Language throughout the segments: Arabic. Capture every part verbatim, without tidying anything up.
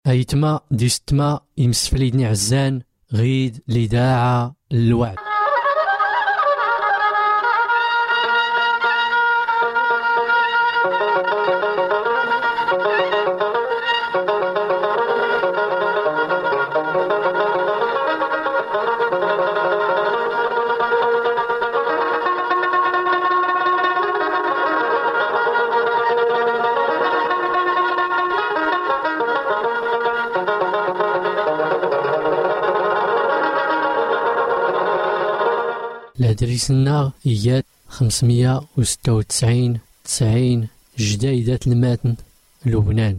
أيتما ديستما يمسفليدني عزان غيد لداعة الوعد. الهدريسنا إياد خمسمية وستة وتسعين تسعين جدايدة الماتن لبنان.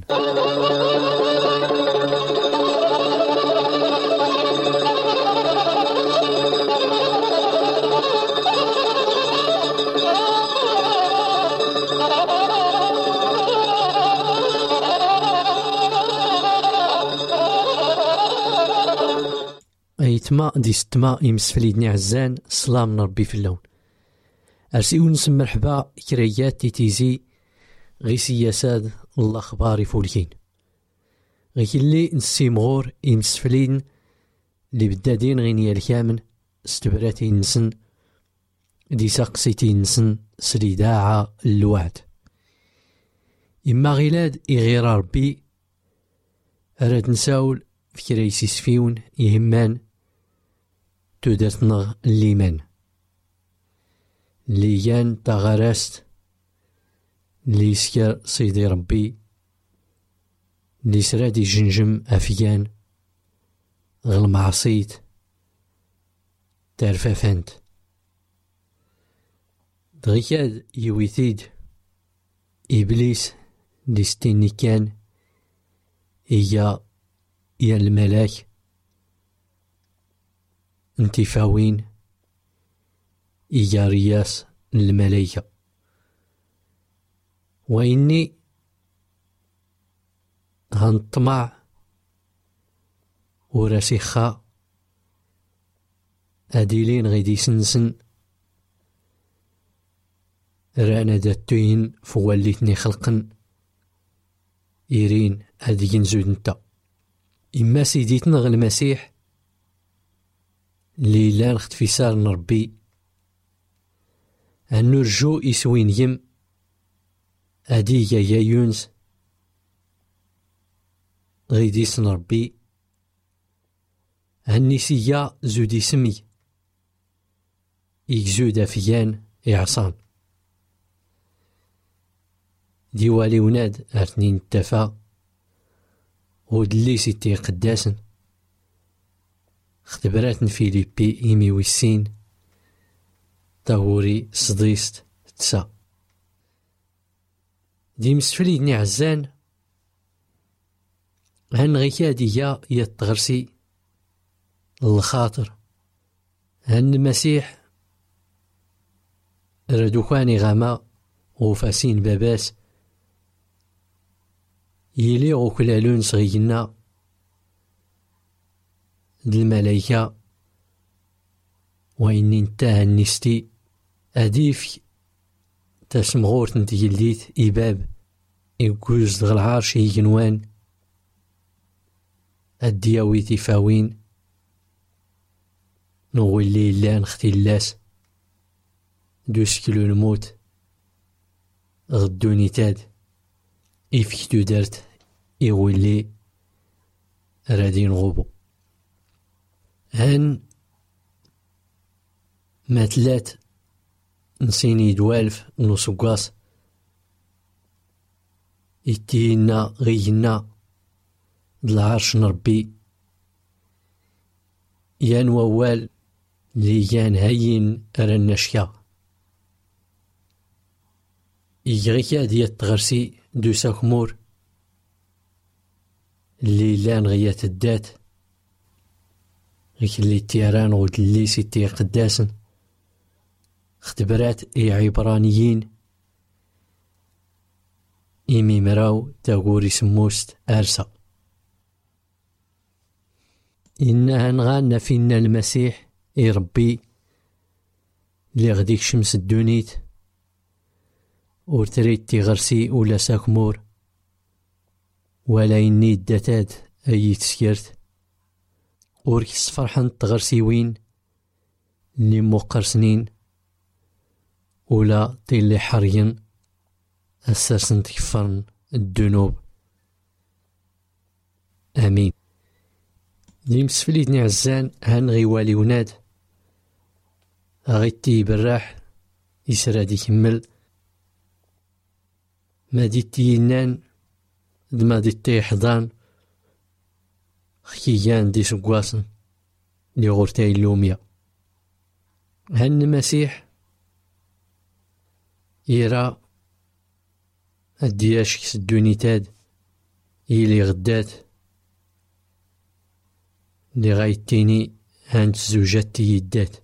أيتما ديستما يمسفليدني عزان سلام من ربي في اللون. أرسي ونسم مرحبا كريات تيتيزي غي سياساد الله خباري فولكين غي اللي نسيمغور يمسفلين اللي بدادين غينيا الكامن استبراتي نسن دي ساقسيتي نسن سريداعة الوعد. إما غيلاد إغير ربي أراد نساول في كريسي سفيون يهمان تودرتنا الليمان ليان تغرست ليسكر سيدي ربي ليسرادي جنجم أفيان غل معصيت ترفافنت دغيكاد يويثيد إبليس لستيني كان إيا يا الملاك انتفاوين إيا رياس الملايكة. وإني هنطمع وراسخا أديلين غيدي سنسن رانا داتوين فواليتني خلقن إيرين هاديين زود نتا. إما سيديتنا غ المسيح اللي لا نختفي سار نربي أن نرجو إسوين يم أديجا يا يونس غيديس نربي هنسيا زودي سمي إكزود فيان إعصان ديوالي وناد أرتنين التفا ودلي سيتي قداسن اختبرات فيليبي إيمي ويسين تاوري صديست تسا دي مسفليدني عزان هن غيكادية يتغرسي الخاطر هن المسيح ردوكاني غاما وفاسين باباس يلي غوكلالون صغينا الملايكة وإني انتهى النستي أديف تسمغور تنتجلديت إباب إيقوز دغ العرش يجنوان الدياوي تفاوين نغولي اللي نختي اللاس دوس كيلو الموت غدوني تاد إفكتو دارت إغولي رادين غوبو هن ماتلات نسيني دوالف نوسوكاس إتينا غينا دالعرش نربي يان ووال لي يان هاين رنشيا إيغيكا ديال تغرسي دو ساكمور اللي لان غيات الدات غيك اللي تيران غود اللي سيتي قداسن اختبرات اي عبرانيين إيمي مراو تاغوري سموست أرسا إنها نغانا فينا المسيح إي ربي اللي غديك شمس الدونيت ورتريد تيغرسي ولا ساكمور ولا إني الدتات أي تسكرت وركس فرحان تغرسيوين اللي موقر سنين ولا تيلي حرين أساسن تكفرن الذنوب. آمين. ديم سفليتني عزان هان غيوالي وناد غيتي براح يسرى دي كمل ما ديتي ينان دما ديتي حضان خيان دي سقواسن لي غورتاي اللوميا. هان المسيح يرى الدياش كسدوني تاد يلي غدات لي غايتيني هانت زوجات يدات.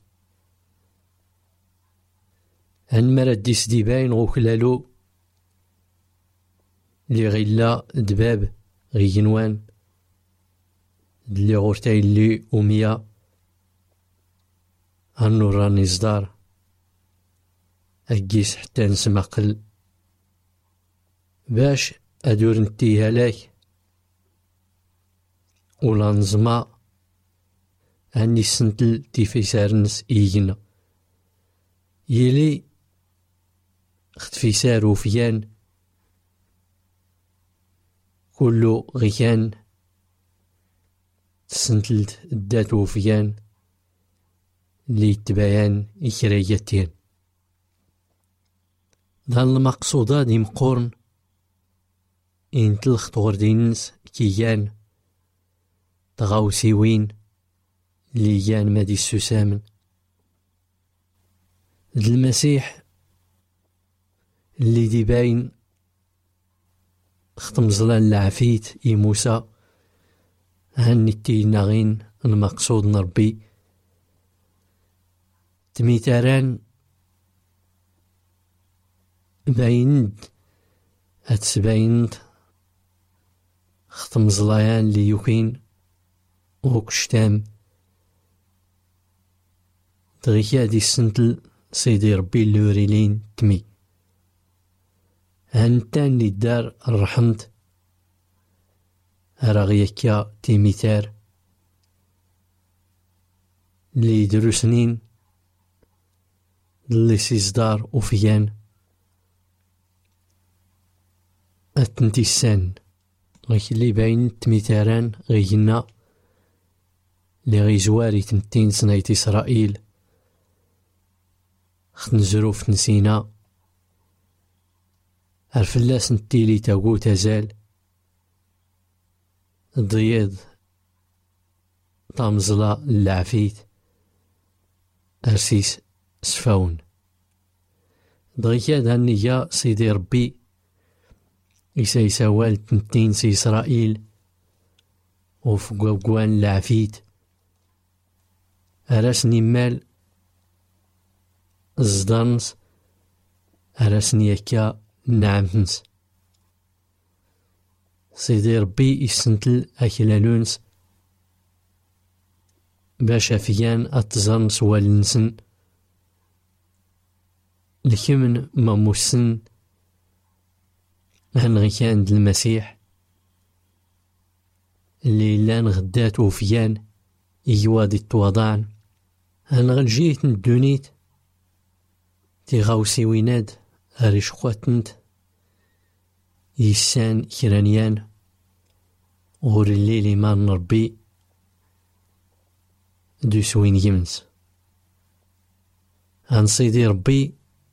هان مراد ديس دي باين غوكلالو لي غيلا دباب غينوان دلي غورتاي اللي أمية هانو راني صدار أكيس حتى نسمقل باش أدور نتيها لك ولا نزما هاني سنتل تيفيسارنس إيجنا يلي اختفيسار وفيان كلو غيان تسنتلت الدات وفيان اللي تبايان إكرياتين. دان المقصودة دي مقورن إن تلخت غردينس كيان تغاوسيوين اللي يان مادي السسامن المسيح اللي دي باين ختم زلان العفيت إي موسى هاني تينا غين المقصود نربي تميتاران بايند هتسبايند ختم زلايان لي يوكين وكشتام دغيا دي السنتل سيدي ربي اللوريلين تمي هانتان لي دار الرحمت راغيكا تيميتار لي يدرو سنين اللي سيزدار وفيان أتنتي السان غيك اللي باين تميتاران غينا لي غيزواري تنتين سنايت إسرائيل خنزرو في نسينا عرفلاس نتيلي تاقو تزال ضياض طامزلا العفيت أرسيس سفاون دغيا دانيا سيدي ربي إسا يساوال تنتين سي إسرائيل وفقوان العفيت أراسني مال الزدانس أراسني يكا نعمتنس سيدي ربي يسنتل أكلالونس باش فيان أتزانس والنسن لكمن ماموسن هنغيكان د المسيح اللي لان غدات وفيان إيوادي التوضعن هنغلجيت ندونيت تيغاوسي ويناد هريش خواتنت يسان كرانيان غور الليل ما نربي دو سوين يمنس عن سيدي ربي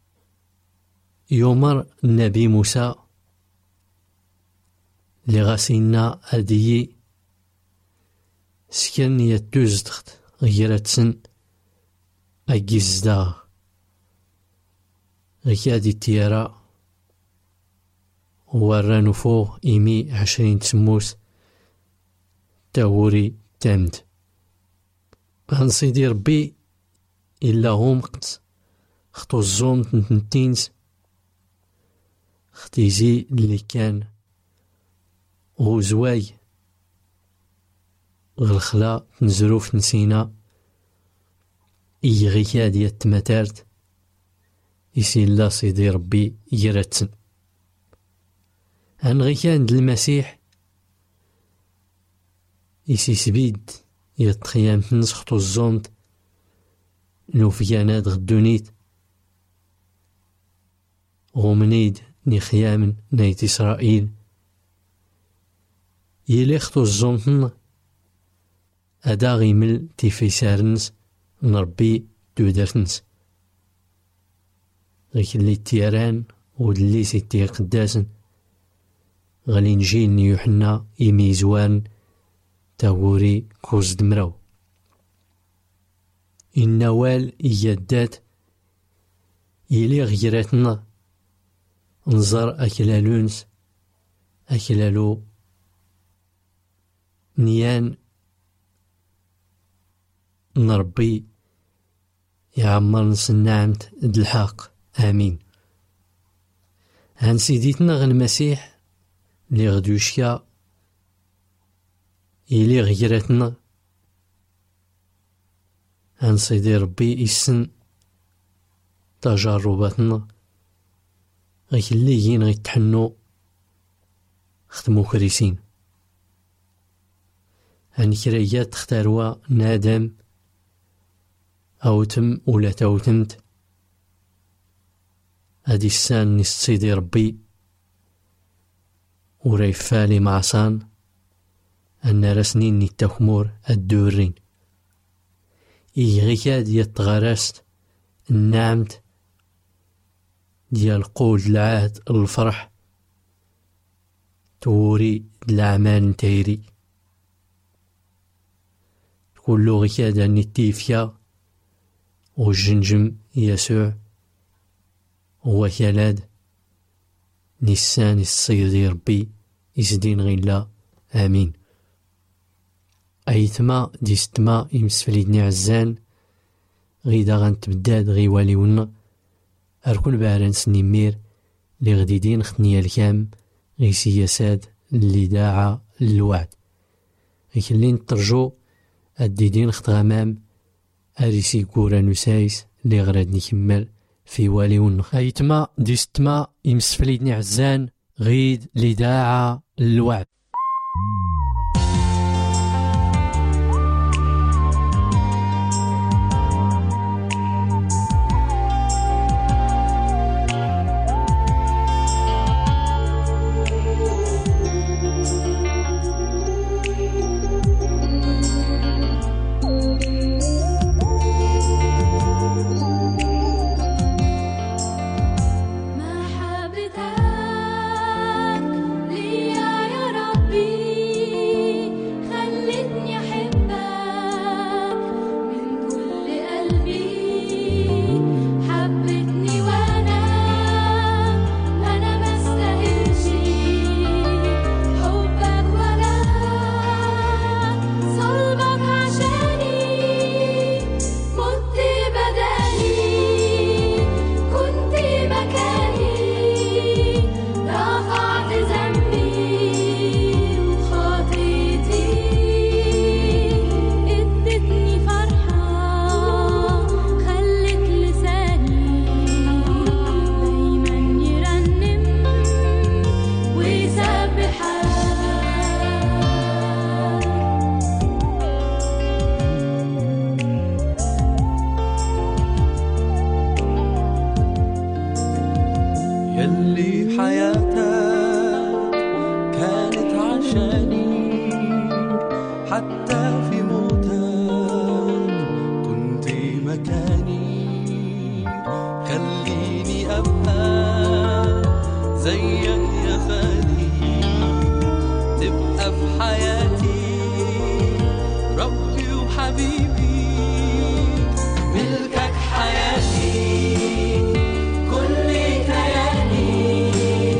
يومر النبي موسى لغاسينا هديي سكن يتوزدخت غيرتسن أجيزدا غيادي التيارا ورانو فوق إيمي عشرين تسموس تاوري تامد عن سيدي ربي إلا هم قت خطو الزوم تنتينس ختيزي اللي كان غوزواي غالخلا نزروف نسينا إيغيكا ديال التماتارت يسيلا سيدي ربي يراتسن هنغيكا عند المسيح إسي سبيد يتخيام تنسخطو الزوند نوفيانات غدونيت غومنيد ني خيامن نايت إسرائيل يليختو الزوندن أدا غيمل تيفيسارنس نربي دودرتنس غيك اللي تيران ودلي سيتي قداسن غالي نجي نيوحنا إيميزوان تاوري كوز دمراو النوال إيادات يلي غيراتنا نزر أكلالونس أكلالو نيان نربي يعمر نسنعمت دالحق آمين. هان سيديتنا غن المسيح لي غدوشيا إلي غيراتنا هان سيدي ربي إسن تجارباتنا غيخليين غيتحنو خدمو كريسين هان كريات تختاروا نادم أوتم ولا توتمت هادي السان نس سيدي ربي وريفالي معصان أن رسنين نتاكمور الدورين إيغيكاد يتغرست النعمت ديال قول العهد الفرح توري الأعمال نتايري كلو غيكاد نتيفيا والجنجم يسوع وكالاد نسان السيدي ربي إسدين غيلا آمين. أيتما ديستما يمسفليدني عزان غيدا غنتبداد غيواليونا أركون باران سنيمير لي غديدين ختنيا الكام غي سياسات اللي داعا للوعد غيخلين ترجو الديدين خت غمام أريسي كورا نسايس لي غراد نكمل في واليون. أيتما ديستما يمسفليدني عزان غيد لي داعا للوعد.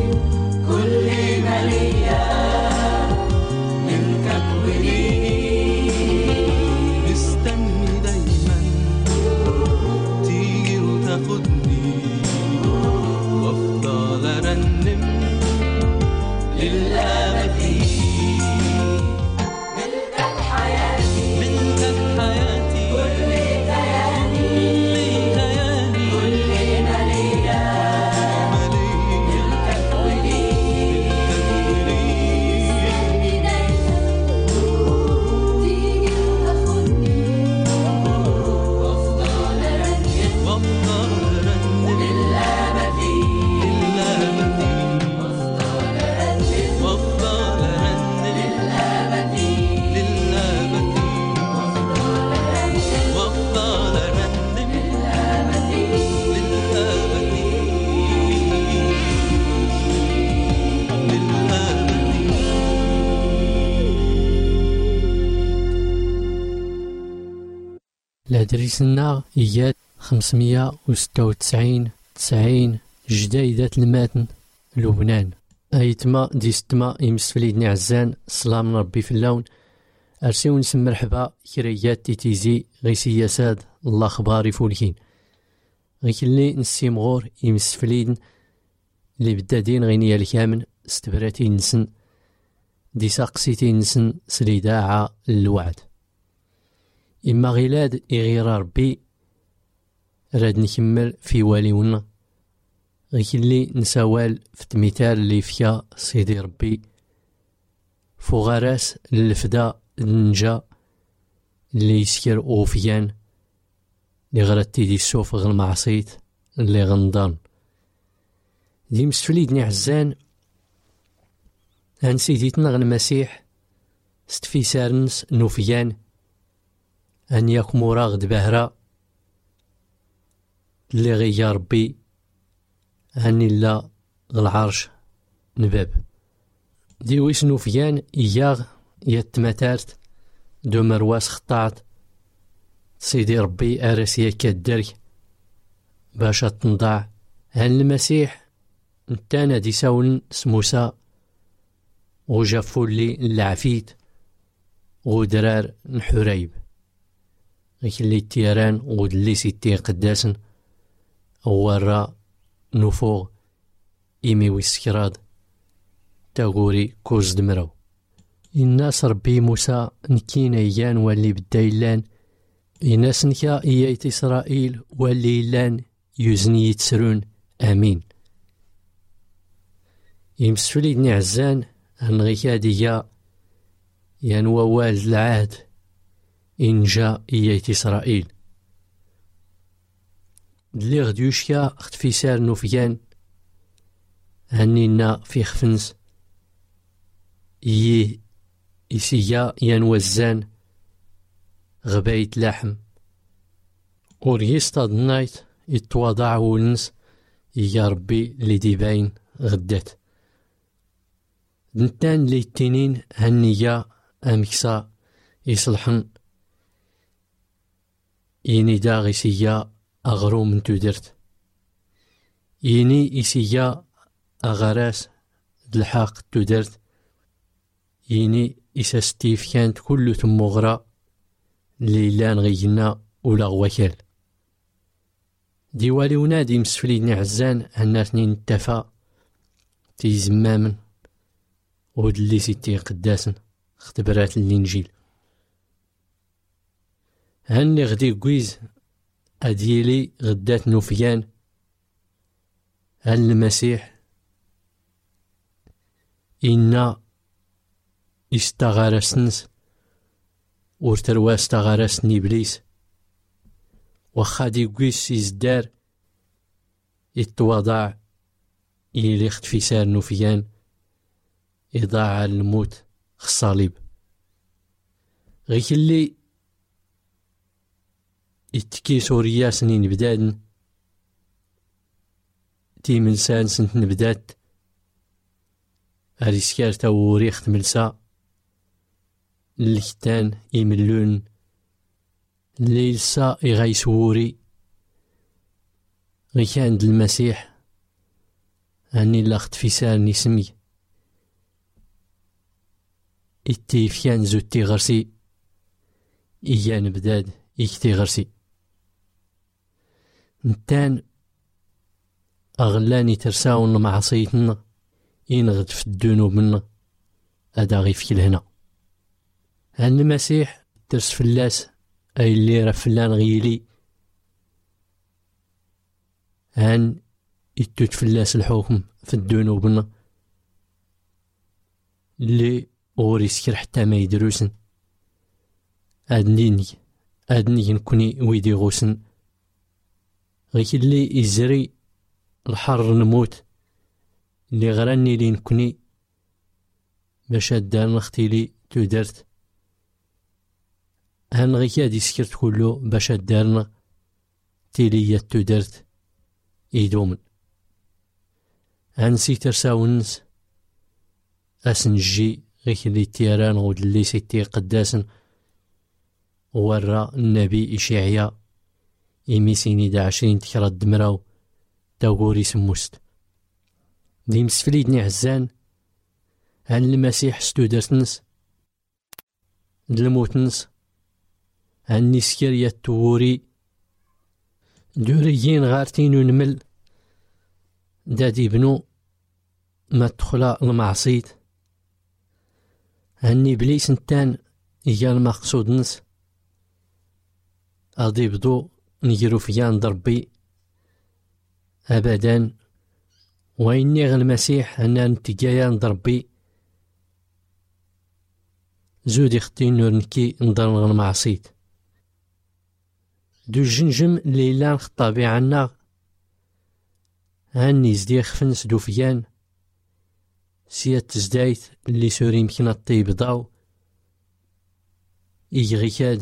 ملكك وليني لادريسنا إياد خمسمية وستة وتسعين تسعين جدايدة الماتن لبنان. أيتما ديستما يمسفليدني عزان السلام من ربي في اللون. أرسيو نسم مرحبا كريات تيتيزي غي سياساد الله خباري فولكين غيكلي نسيم غور يمسفليدن اللي بدادين غينيا الكامن استبراتي نسن دي ساقسيتي نسن سليداعة الوعد. إما غيلاد إغير ربي راد نكمل في واليون غيكلي نساوال في تمثال اللي فيها سيدي ربي فوغاراس الفدا النجا اللي يسكر أوفيان اللي غراتي دي السوف غالمعصيت اللي غنضان دي مسفليدني عزان هان سيديتنا غالمسيح ستفي سارنس نوفيان أن ياك مراغد بهرا اللي غيا ربي هاني لا غالعرش نباب دي ويس نوفيان إياغ يتمتارت دو مرواس خطعت سيدي ربي أرسيا كالدرك باش تنضع هان المسيح نتانا دي ساون سموسا وجافو لي العفيت ودرار نحريب غيكلي التيران ودلي سيتي قداسن ورا نفوغ إيمي ويسكراد تاغوري كوز دمرو الناس ربي موسى نكين أيان واللي بدايلان الناس نكا إيايت إسرائيل واللي لان يزني يتسرون آمين. يمسفليدني عزان هنغيكاديا ينوى والد العهد إن جا إيايت إسرائيل اللي غديوشكا اختفي سار نوفيان هنينا في خفنس يه إسيا ينوى الزان غبايت لحم وريستاد نايت يتواضع ولنس يا ربي اللي ديباين غدات دنتان لي التنين هنيا أمكسا يصلحن يني داغي سيا أغرو من تودرت يني إسيا أغراس دلحاق تودرت يني إسا ستيف كانت كل تمغرا ليلان غينا ولا غوكال ديوالي ونادي مسفليدني عزان هناتني نتفا تيزمامن ودلي سيتي قداسن اختبرات الانجيل هاني غدي قويز أديلي غدات نوفيان هل المسيح إنا استغارسنس ورتروا استغارسن إبليس وخادي قويس يزدار يتواضع إلي اختفي سار نوفيان إضاعة الموت الصليب غيك اللي يتكي سوريا سنين بدادن تي من سان سنت نبدات أريسكار تاوريخ تملسا الكتان يملون الليل سا يغيسوري غي كان المسيح هاني لاخت في سان نسمي اتيفيان زوتي غرسي إيان بداد إكتي غرسي نتان أغلاني ترساون معصيتنا ينغد في الدنوب منا هذا غي في الهنا هان المسيح ترس فلاس أي اللي رفلان غيلي هان يتوت فلاس الحكم في الدنوب منا اللي غوري سكر حتى ما يدروسن أدنيني أدني نكوني ويدي غوسن غيك اللي يزري الحر نموت اللي غراني لي نكوني باش هدان اختي لي تودرت هان غيك هادي سكرت كلو باش هدارنا تيلي تودرت يدومن هان سيتر ساونس أسنجي غيك اللي تيران غود اللي سيتي قداسن ورى النبي إشعيا إميسيني دا عشرين تكرا الدمراو تاغوري سموست دي مسفليدني عزان عن المسيح ستودرتنس دلموتنس عن نسكريا التوري دوريين غارتين ونمل دادي بنو ما تدخل المعصيت هني بليس نتان إيا المقصود نس أضي بدو نجرو فيان ضربي أبدا وإني غ المسيح أنا نتجايا نضربي زودي ختين نورنكي نضرن غ المعصيت دو الجنجم ليلان خطابي عنا هاني زدي خفنس دوفيان سياد تزدايت اللي سوري يمكن الطيب ضاو يجغي كاد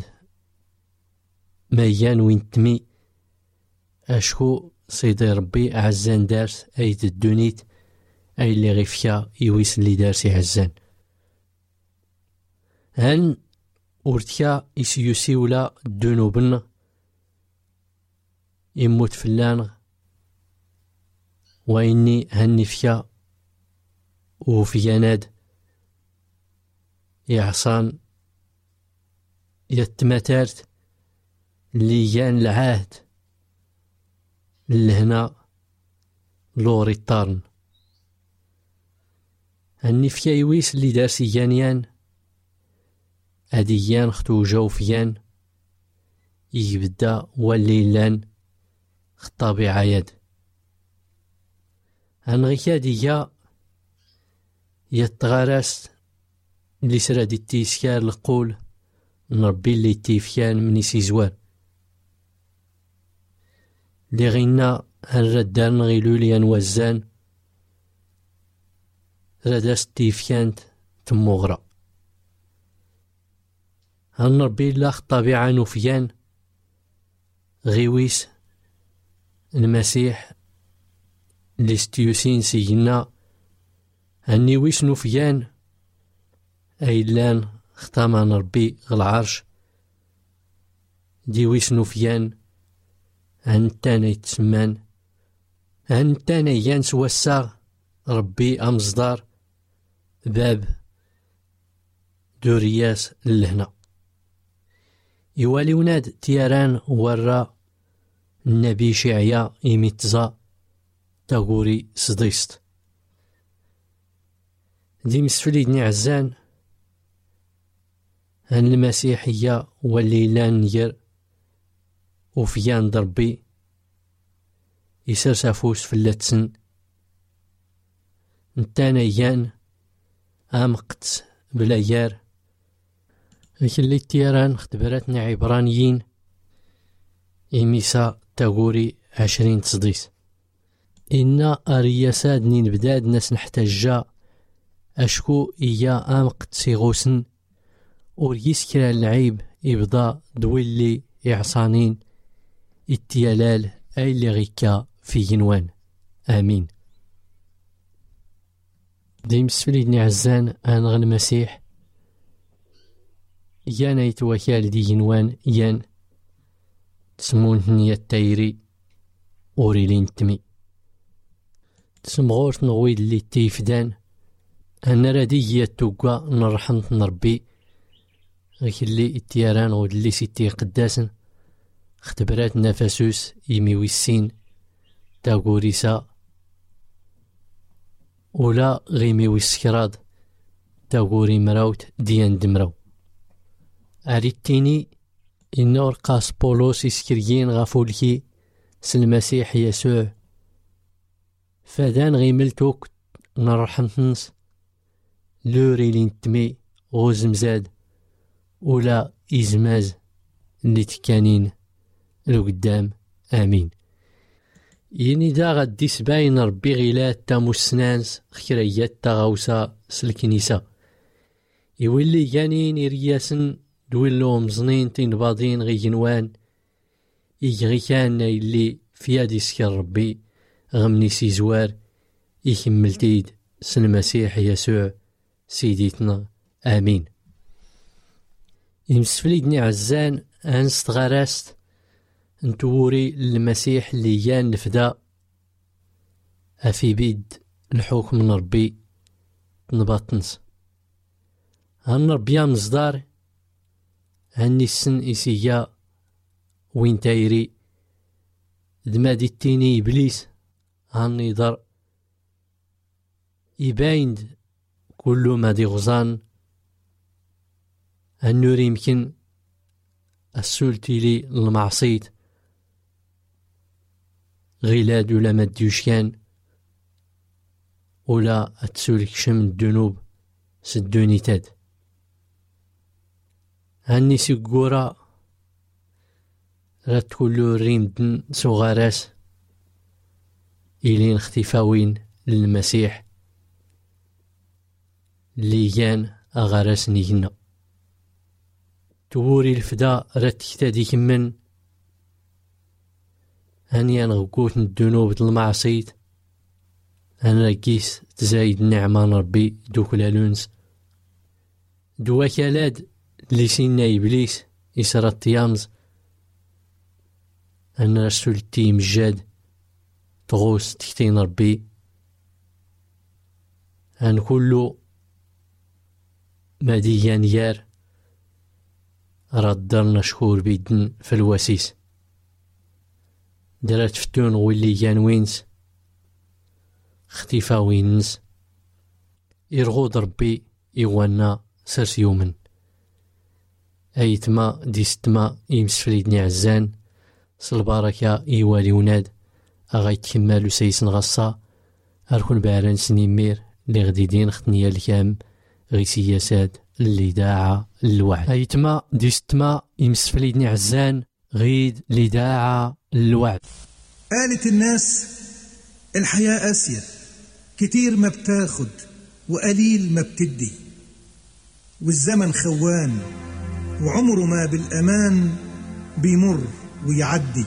ميان وين تمي أشكو سيدي ربي عزان دارس أيد الدونيت أي اللي غيفيا يويس اللي دارسي عزان هن ورتكا يسيوسي ولا الدنوبن يموت فلان وإني هني فيا وفي يناد يعصان يتمترت اللي يان العهد لهنا لوري الطارن هني فيا يويس اللي دارسي يانيان هاديان ختو جوفيان يبدا والليلان خطابي عياد هنغيكاديا يتغارس اللي سرا دي التيسكار القول نربي اللي تيفيان مني سيزوار اللي غينا هنردان غيلو ليان وزان رداس تيفيانت تموغرا هنربي الله خطابي نوفيان غيويس المسيح اللي ستيوسين سيجنا هني ويس نوفيان أيلان ختامان ربي غالعرش دي ويس نوفيان هنتانا يتسمان هنتانا يانس وساغ ربي أمصدار باب دورياس لهنا يوالي وناد تياران ورا النبي شعيا يميتزا تاغوري صديست دي مسفليدني عزان هن المسيحية والليلان نير وفيان ضربي يسر سافوس فلاتسن نتانا يان امقت بلايار اللي تيران اختبرتنا عبرانيين إميسا تاغوري عشرين تصديس إنا أرياساد نين بداد ناس نحتاجا أشكو إيا أمقت سيغوسن وريس كرا العيب إبضاء دويلي إعصانين التيالال أي اللي غيكا في جنوان آمين ديم سفليدني عزان أنغ المسيح يانا يتوكال دي جنوان يان تسمون نية التايري أوريلين تمي تسمغورت نغويد اللي تيفدان أنا رادي يتوقع نرحمت نربي غيك اللي اتياران غود اللي سيتي قداسن اختبرات نفسوس يمي ويسين تاغوريسا ولا غيمي ويسكراد تاغوري مراوت ديان دمراو أريتيني إنو رقاس بولوس إسكريين غافولكي سلمسيح يسوع فدان غيملتوك نرحمتنس لوري لينتمي غوزمزاد ولا إزماز اللي تكانين لقدام آمين يني دا غدي سباين ربي غيلات تا موسنانس خيريات تا غوسا سلكنيسا يولي جانين إرياسن دويلو مزنين تين باضين غي جنوان يجغي كان اللي فيها ديسكر ربي غمني سيزوار يكملتيد سن المسيح يسوع سيديتنا آمين يمسفليدني عزان أنست غراست نتوري المسيح اللي يان الفدا أفي بيد الحكم من ربي نباطنس هن ربي مصدار هني السن إسيا وين تايري دمادي التيني إبليس هني دار يبايند كل ما دي غزان النور يمكن السلتي لي المعصيت غلاد ولا مديوشيان ولا أتسولك شم الذنوب سدوني تاد هاني سيقورا رات كلو ريمدن صغاراس إلين اختفاوين للمسيح اللي كان أغارس نيجنا توري الفدا رات كتادي كمن هاني أنا غقوت الذنوب المعصيت أنا ركيس تزايد النعمة ربي دوك لالونس دوا كالاد اللي سينا إبليس إسرى الطيامز أنا رسول التيم الجاد تغوص تكتين ربي أن كله ماديان يار ردرنا شكور بيدن في الوسيس درات فتون واللي كان وينس اختفا وينس يرغود ربي إيوانا سرس يومن أيتما ديستما يمسفليدني عزان سالبركة إيوالي وناد أغايت كمالو سيسن غصا أركون باران سنيمير لي غديدين ختنيا الكام غي سياسات اللي داعا الوعد أيتما ديستما يمسفليدني عزان غيد اللي داعا الوعد. قالت الناس الحياة قاسية كتير ما بتاخد وقليل ما بتدي والزمن خوان وعمره ما بالأمان بيمر ويعدي.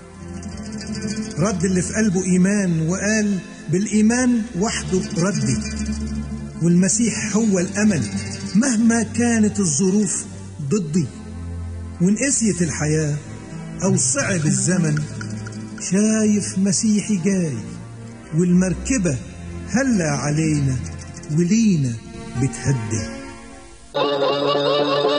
رد اللي في قلبه إيمان وقال بالإيمان وحده ردي والمسيح هو الأمل مهما كانت الظروف ضدي. وإن قسيت الحياة أو صعب الزمن شايف مسيحي جاي والمركبة هلا علينا ولينا بتهدي.